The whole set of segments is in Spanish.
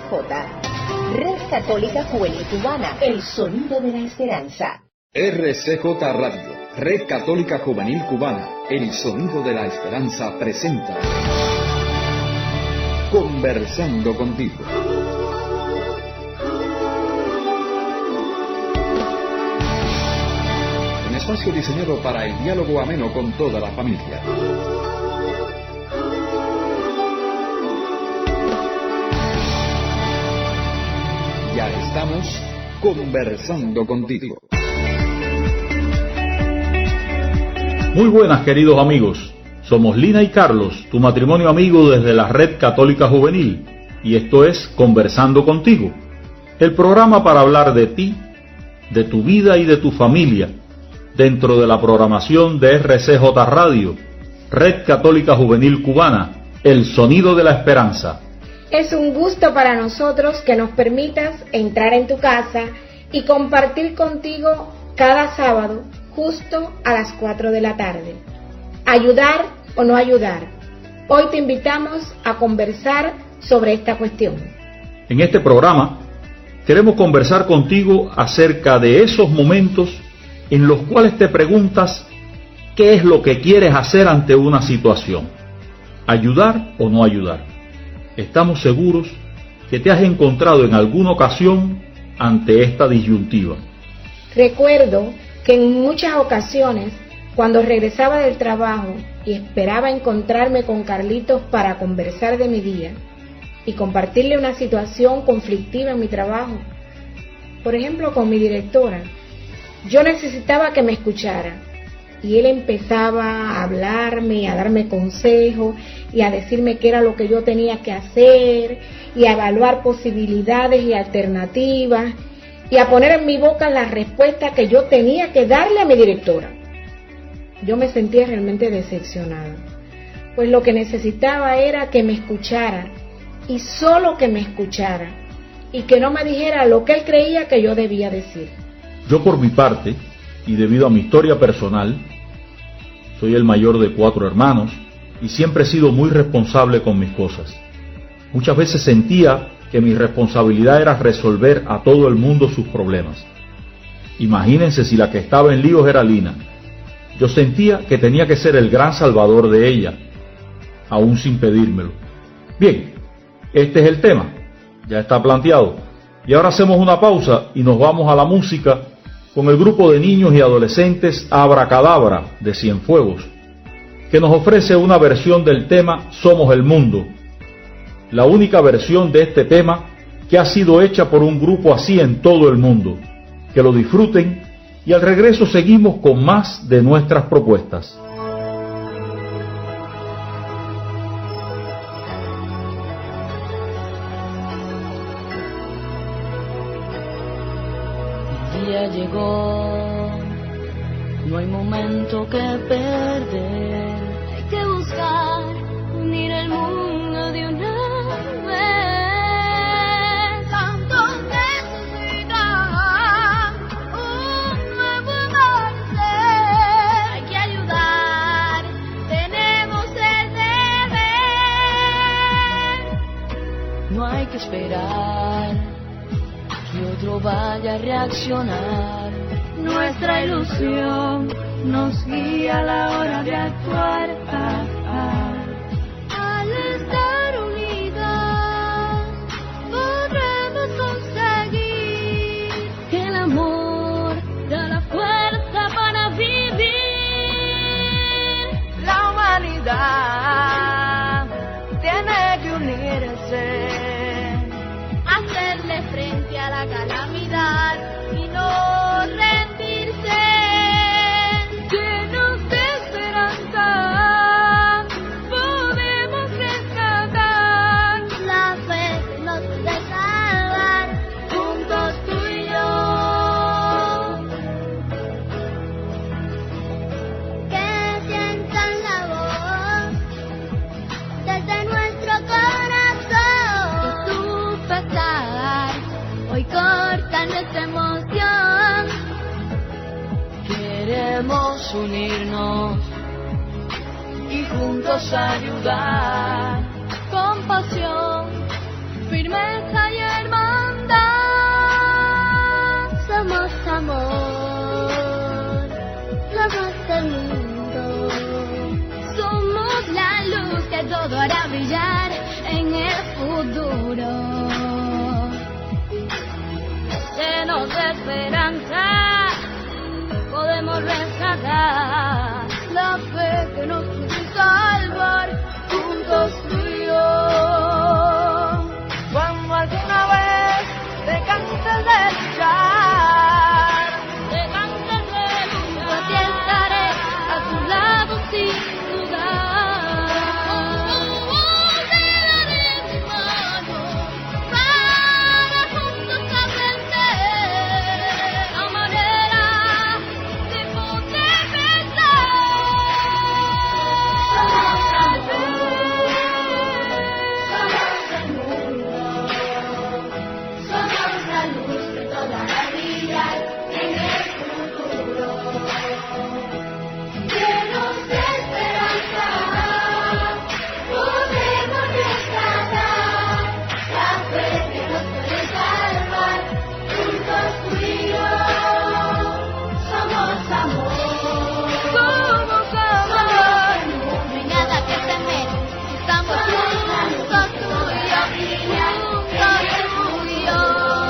Red Católica Juvenil Cubana, el sonido de la esperanza. RCJ Radio, Red Católica Juvenil Cubana, el sonido de la esperanza presenta Conversando Contigo. Un espacio diseñado para el diálogo ameno con toda la familia. Ya estamos conversando contigo. Muy buenas, queridos amigos. Somos Lina y Carlos, tu matrimonio amigo desde la Red Católica Juvenil, y esto es Conversando Contigo, el programa para hablar de ti, de tu vida y de tu familia, dentro de la programación de RCJ Radio, Red Católica Juvenil Cubana, el sonido de la esperanza. Es un gusto para nosotros que nos permitas entrar en tu casa y compartir contigo cada sábado justo a las 4 de la tarde. ¿Ayudar o no ayudar? Hoy te invitamos a conversar sobre esta cuestión. En este programa queremos conversar contigo acerca de esos momentos en los cuales te preguntas qué es lo que quieres hacer ante una situación. ¿Ayudar o no ayudar? Estamos seguros que te has encontrado en alguna ocasión ante esta disyuntiva. Recuerdo que en muchas ocasiones, cuando regresaba del trabajo y esperaba encontrarme con Carlitos para conversar de mi día y compartirle una situación conflictiva en mi trabajo, por ejemplo con mi directora, yo necesitaba que me escuchara. Y él empezaba a hablarme y a darme consejos y a decirme qué era lo que yo tenía que hacer y a evaluar posibilidades y alternativas y a poner en mi boca la respuesta que yo tenía que darle a mi directora. Yo me sentía realmente decepcionada, pues lo que necesitaba era que me escuchara y solo que me escuchara y que no me dijera lo que él creía que yo debía decir. Yo por mi parte, y debido a mi historia personal, soy el mayor de 4 hermanos y siempre he sido muy responsable con mis cosas. Muchas veces sentía que mi responsabilidad era resolver a todo el mundo sus problemas. Imagínense si la que estaba en líos era Lina. Yo sentía que tenía que ser el gran salvador de ella, aún sin pedírmelo. Bien, este es el tema, ya está planteado. Y ahora hacemos una pausa y nos vamos a la música con el grupo de niños y adolescentes Abracadabra de Cienfuegos, que nos ofrece una versión del tema Somos el Mundo, la única versión de este tema que ha sido hecha por un grupo así en todo el mundo. Que lo disfruten y al regreso seguimos con más de nuestras propuestas. Ya llegó, no hay momento que perder, hay que buscar unir el mundo de una vez. Tantos necesitan un nuevo amanecer, hay que ayudar, tenemos el deber. No hay que esperar que otro vaya a reaccionar. Nuestra ilusión nos guía a la hora de actuar. Al estar unidas podremos conseguir que el amor da la fuerza para vivir. La humanidad tiene que unirse, hacerle frente a la calamidad y no rendirse. Llenos de esperanza podemos rescatar la fe que nos deja dar juntos tú y yo. Que sientan la voz desde nuestro corazón. Hoy corta nuestra emoción. Queremos unirnos y juntos ayudar. Compasión, firmeza y el mundo. Somos la luz que todo hará brillar en el futuro. Llenos de esperanza, podemos rescatar la fe que nos puede salvar juntos tú y yo. Cuando alguna vez te canses de luchar, yo te estaré a tu lado sin dudar. Te daré mi mano para juntos aprender la manera de poder pensar. Somos la luz que toda la vida en el futuro. Llenos de esperanza, podemos rescatar la fe que nos puede salvar. Juntos tú y yo somos amor. Somos amor. No hay nada que temer. Estamos juntos tú y yo. Juntos tú y yo.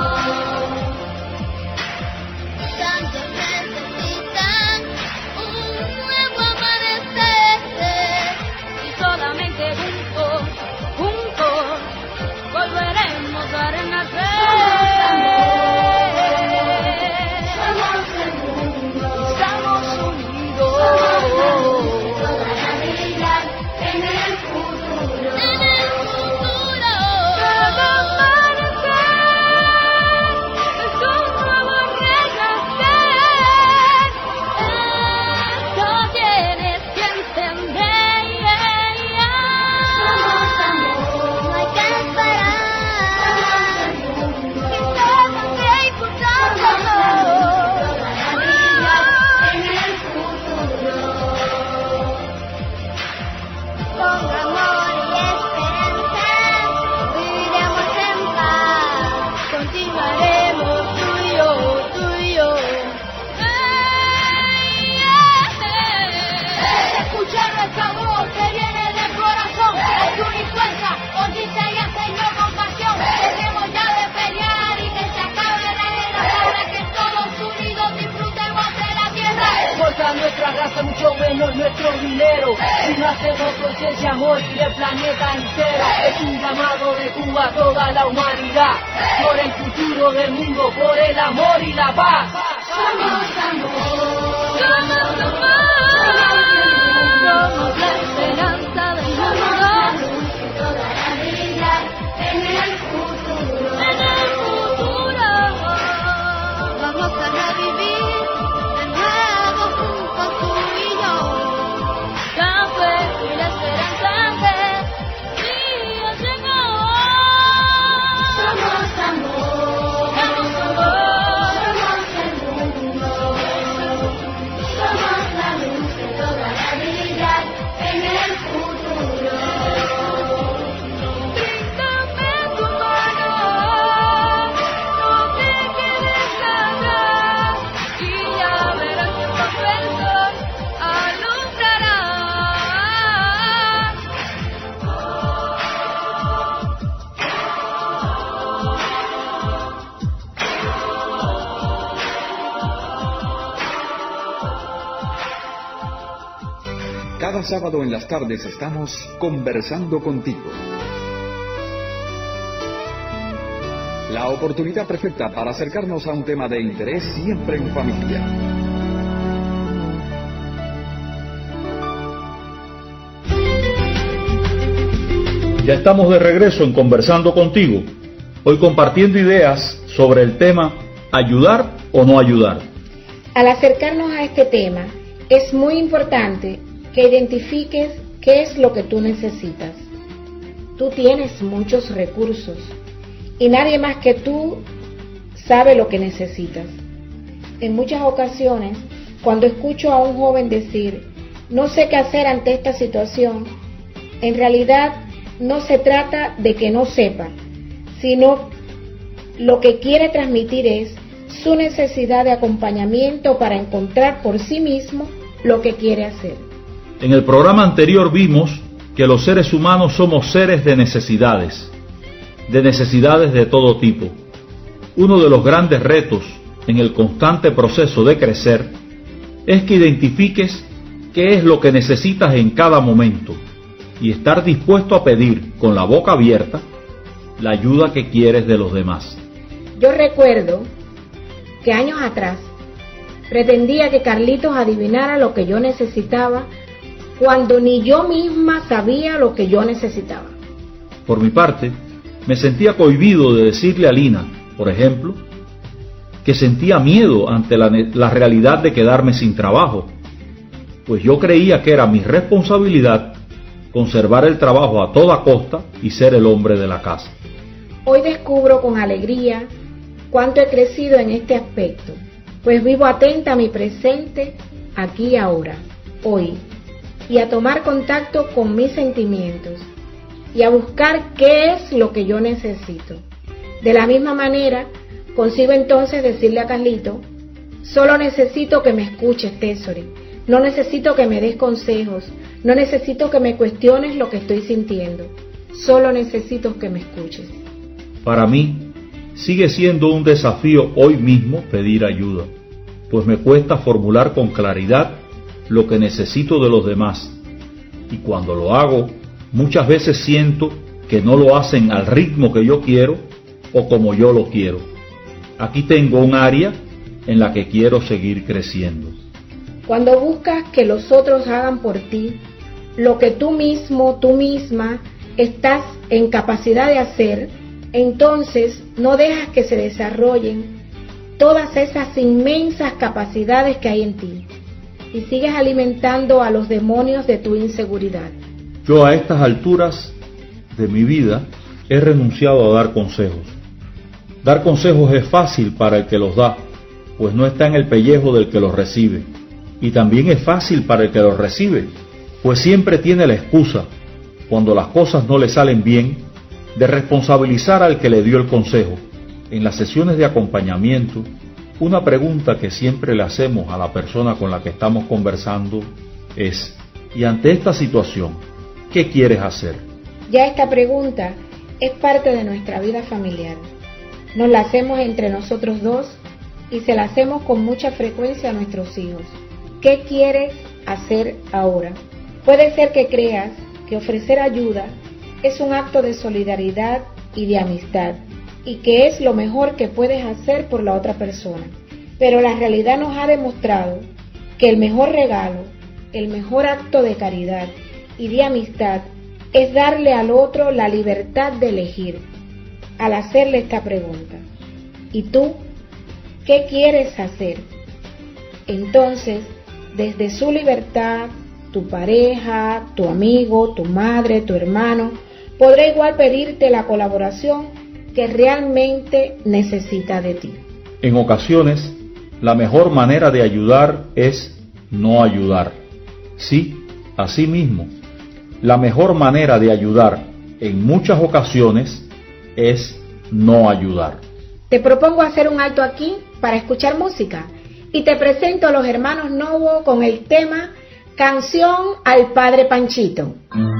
Tantos necesitan un nuevo amanecer y solamente juntos volveremos a renacer. Somos el mundo, estamos unidos. Toda la vida en el futuro. En el futuro. Cada amanecer es un nuevo renacer. Esto tienes que entender. Somos amor, no hay que esperar. Quizás hay impulsarnos. Toda la vida en el futuro. Con amor y esperanza viviremos en paz. Continuaremos tú y yo. Escucha nuestra voz que viene del corazón. Es tu fuerza, odisea, Señor, compasión. Dejemos ya de pelear y que se acabe la guerra para que todos unidos disfrutemos de la tierra. Importa nuestra raza, mucho menos nuestro dinero. Si no hacemos conciencia, amor y el planeta entero. Es un llamado de Cuba a toda la humanidad. Por el futuro del mundo, por el amor y la paz. Somos amor. Somos amor. Somos la esperanza del mundo. Toda la vida en el futuro. En el futuro. Vamos a revivir de nuevo juntos tú y yo. La fe y la esperanza que día llegó. Somos amor. Somos amor. Somos el mundo. Somos la luz de toda la vida en el futuro. Bríndame tu mano, no te quedes atrás y ya verás que tu sol alumbrará. Cada sábado en las tardes estamos conversando contigo. La oportunidad perfecta para acercarnos a un tema de interés siempre en familia. Ya estamos de regreso en Conversando Contigo, hoy compartiendo ideas sobre el tema ¿ayudar o no ayudar? Al acercarnos a este tema, es muy importante que identifiques qué es lo que tú necesitas. Tú tienes muchos recursos y nadie más que tú sabe lo que necesitas. En muchas ocasiones, cuando escucho a un joven decir, no sé qué hacer ante esta situación, en realidad no se trata de que no sepa, sino lo que quiere transmitir es su necesidad de acompañamiento para encontrar por sí mismo lo que quiere hacer. En el programa anterior vimos que los seres humanos somos seres de necesidades de todo tipo. Uno de los grandes retos en el constante proceso de crecer es que identifiques qué es lo que necesitas en cada momento y estar dispuesto a pedir con la boca abierta la ayuda que quieres de los demás. Yo recuerdo que años atrás pretendía que Carlitos adivinara lo que yo necesitaba cuando ni yo misma sabía lo que yo necesitaba. Por mi parte, me sentía cohibido de decirle a Lina, por ejemplo, que sentía miedo ante la realidad de quedarme sin trabajo, pues yo creía que era mi responsabilidad conservar el trabajo a toda costa y ser el hombre de la casa. Hoy descubro con alegría cuánto he crecido en este aspecto, pues vivo atenta a mi presente, aquí y ahora, hoy, y a tomar contacto con mis sentimientos, y a buscar qué es lo que yo necesito. De la misma manera, consigo entonces decirle a Carlito: solo necesito que me escuches, Tesori, no necesito que me des consejos, no necesito que me cuestiones lo que estoy sintiendo, solo necesito que me escuches. Para mí, sigue siendo un desafío hoy mismo pedir ayuda, pues me cuesta formular con claridad lo que necesito de los demás, y cuando lo hago, muchas veces siento que no lo hacen al ritmo que yo quiero o como yo lo quiero. Aquí tengo un área en la que quiero seguir creciendo. Cuando buscas que los otros hagan por ti lo que tú mismo, tú misma estás en capacidad de hacer, entonces no dejas que se desarrollen todas esas inmensas capacidades que hay en ti y sigues alimentando a los demonios de tu inseguridad. Yo a estas alturas de mi vida he renunciado a dar consejos. Dar consejos es fácil para el que los da, pues no está en el pellejo del que los recibe. Y también es fácil para el que los recibe, pues siempre tiene la excusa, cuando las cosas no le salen bien, de responsabilizar al que le dio el consejo. En las sesiones de acompañamiento, una pregunta que siempre le hacemos a la persona con la que estamos conversando es: ¿y ante esta situación, qué quieres hacer? Ya esta pregunta es parte de nuestra vida familiar. Nos la hacemos entre nosotros dos y se la hacemos con mucha frecuencia a nuestros hijos. ¿Qué quieres hacer ahora? Puede ser que creas que ofrecer ayuda es un acto de solidaridad y de amistad, y que es lo mejor que puedes hacer por la otra persona. Pero la realidad nos ha demostrado que el mejor regalo, el mejor acto de caridad y de amistad es darle al otro la libertad de elegir, al hacerle esta pregunta: ¿y tú qué quieres hacer? Entonces, desde su libertad, tu pareja, tu amigo, tu madre, tu hermano, podrá igual pedirte la colaboración que realmente necesita de ti. En ocasiones, la mejor manera de ayudar es no ayudar. Sí, así mismo. La mejor manera de ayudar en muchas ocasiones es no ayudar. Te propongo hacer un alto aquí para escuchar música y te presento a los hermanos Novo con el tema Canción al Padre Panchito.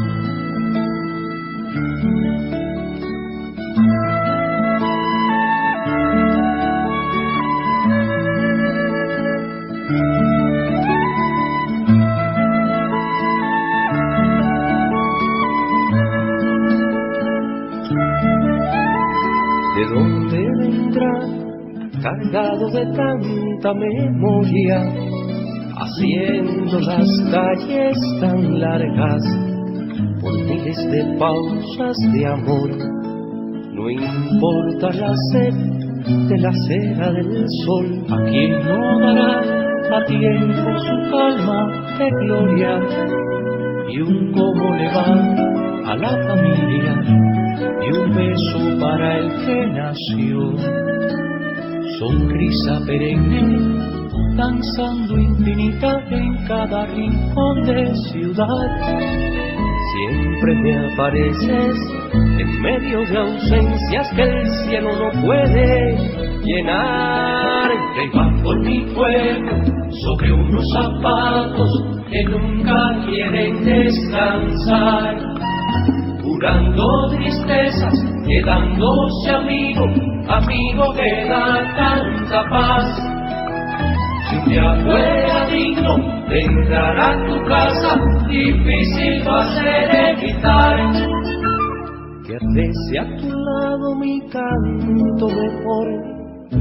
¿De dónde vendrá, cargado de tanta memoria, haciendo las calles tan largas, por miles de pausas de amor? No importa la sed de la cera del sol, a quien no dará a tiempo su calma de gloria, y un cómo le va a la familia, y un beso para el que nació. Sonrisa perenne, danzando infinita en cada rincón de ciudad. Siempre me apareces en medio de ausencias que el cielo no puede llenar. Que va por mi pueblo sobre unos zapatos que nunca quieren descansar, curando tristezas, quedándose amigo, amigo que da tanta paz. Si un día fuera digno de entrar a tu casa, difícil va a ser evitar que aprecie a tu lado mi canto mejor.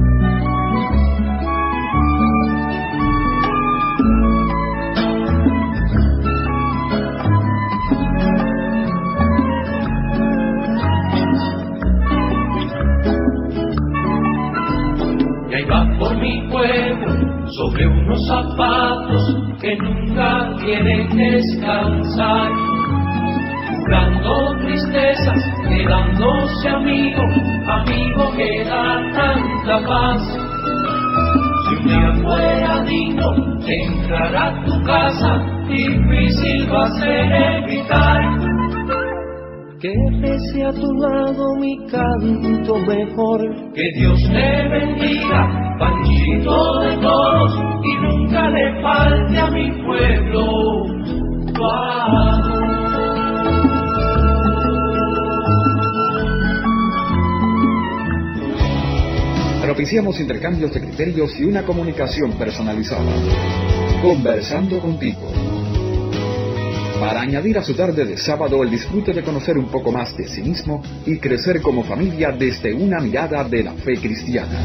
Y ahí va por mi pueblo sobre unos zapatos que nunca quieren descansar, curando tristezas, quedándose amigo, amigo que da tanta paz. Si un día fuera digno de entrar a tu casa, difícil va a ser evitar que pese a tu lado mi canto mejor. Que Dios te bendiga, Panchito de todos, y nunca le falte a mi pueblo tu amor. Propiciamos intercambios de criterios y una comunicación personalizada. Conversando contigo. Para añadir a su tarde de sábado el disfrute de conocer un poco más de sí mismo y crecer como familia desde una mirada de la fe cristiana.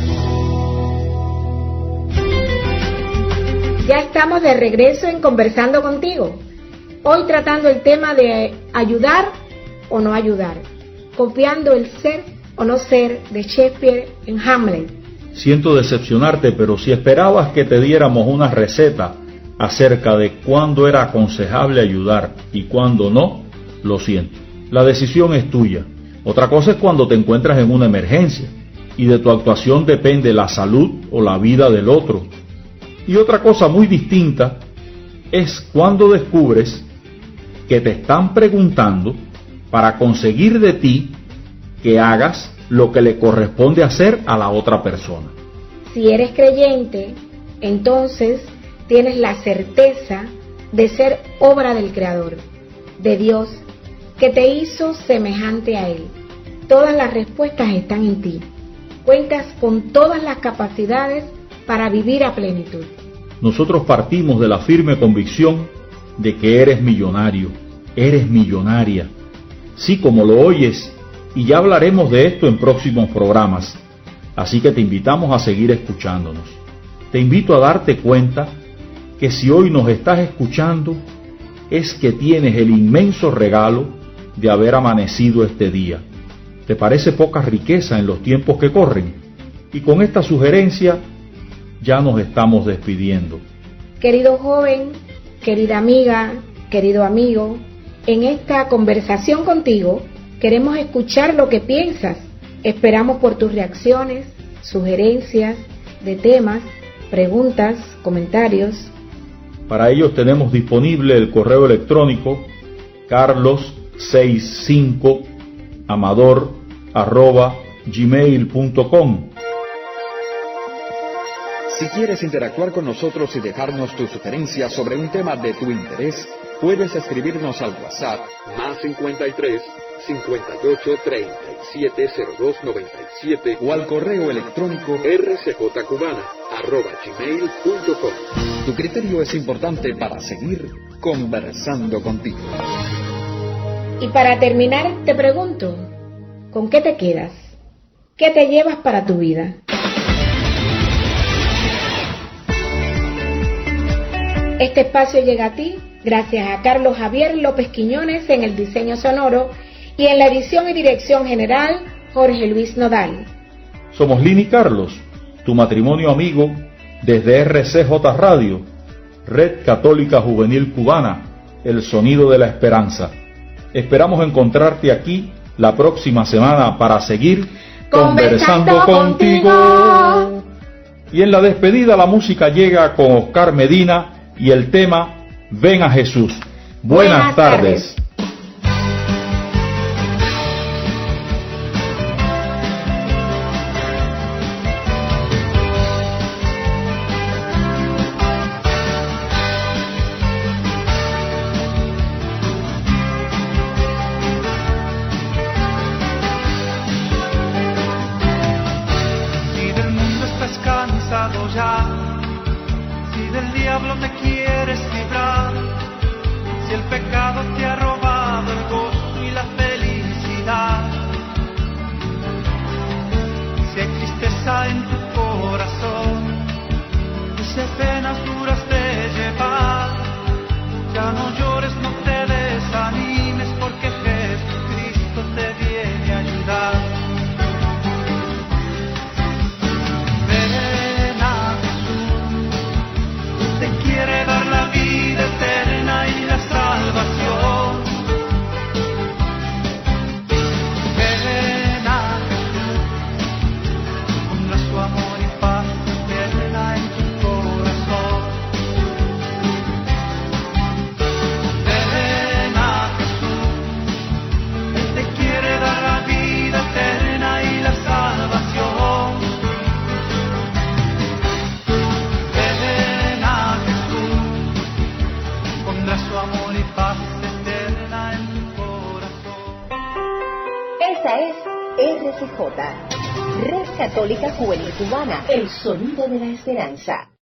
Ya estamos de regreso en Conversando contigo. Hoy tratando el tema de ayudar o no ayudar, copiando el ser o no ser de Shakespeare en Hamlet. Siento decepcionarte, pero si esperabas que te diéramos una receta acerca de cuándo era aconsejable ayudar y cuándo no, lo siento. La decisión es tuya. Otra cosa es cuando te encuentras en una emergencia y de tu actuación depende la salud o la vida del otro. Y otra cosa muy distinta es cuando descubres que te están preguntando para conseguir de ti que hagas lo que le corresponde hacer a la otra persona. Si eres creyente, entonces tienes la certeza de ser obra del Creador, de Dios, que te hizo semejante a Él. Todas las respuestas están en ti. Cuentas con todas las capacidades para vivir a plenitud. Nosotros partimos de la firme convicción de que eres millonario, eres millonaria. Sí, como lo oyes, y ya hablaremos de esto en próximos programas. Así que te invitamos a seguir escuchándonos. Te invito a darte cuenta que si hoy nos estás escuchando, es que tienes el inmenso regalo de haber amanecido este día. ¿Te parece poca riqueza en los tiempos que corren? Y con esta sugerencia ya nos estamos despidiendo. Querido joven, querida amiga, querido amigo, en esta conversación contigo queremos escuchar lo que piensas. Esperamos por tus reacciones, sugerencias de temas, preguntas, comentarios. Para ellos tenemos disponible el correo electrónico carlos65amador@gmail.com. Si quieres interactuar con nosotros y dejarnos tus sugerencias sobre un tema de tu interés, puedes escribirnos al WhatsApp +53 58 37 02 97 o al correo electrónico rcjcubana@gmail.com. Tu criterio es importante para seguir conversando contigo. Y para terminar, te pregunto, ¿con qué te quedas? ¿Qué te llevas para tu vida? Este espacio llega a ti gracias a Carlos Javier López Quiñones en el diseño sonoro y en la edición y dirección general, Jorge Luis Nodal. Somos Lini Carlos, tu matrimonio amigo, desde RCJ Radio, Red Católica Juvenil Cubana, el sonido de la esperanza. Esperamos encontrarte aquí la próxima semana para seguir conversando contigo. Y en la despedida la música llega con Oscar Medina y el tema Ven a Jesús. Buenas tardes. diablo te quieres librar, si el pecado te ha robado el gozo y la felicidad, si hay tristeza en tu corazón y si hay penas duras de llevar, ya no llores, no te desanimes, porque Jesucristo te viene a ayudar. Ven a Jesús, te quiere dar la vida eterna y la salvación. Ven a Jesús, pondrá su amor y paz eterna en tu corazón. Ven a Jesús, Él te quiere dar la vida eterna y la salvación. Ven a Jesús, pondrá su amor y paz eterna en tu corazón. Esta es RCJ, Red Católica Juvenil Cubana, el sonido de la esperanza.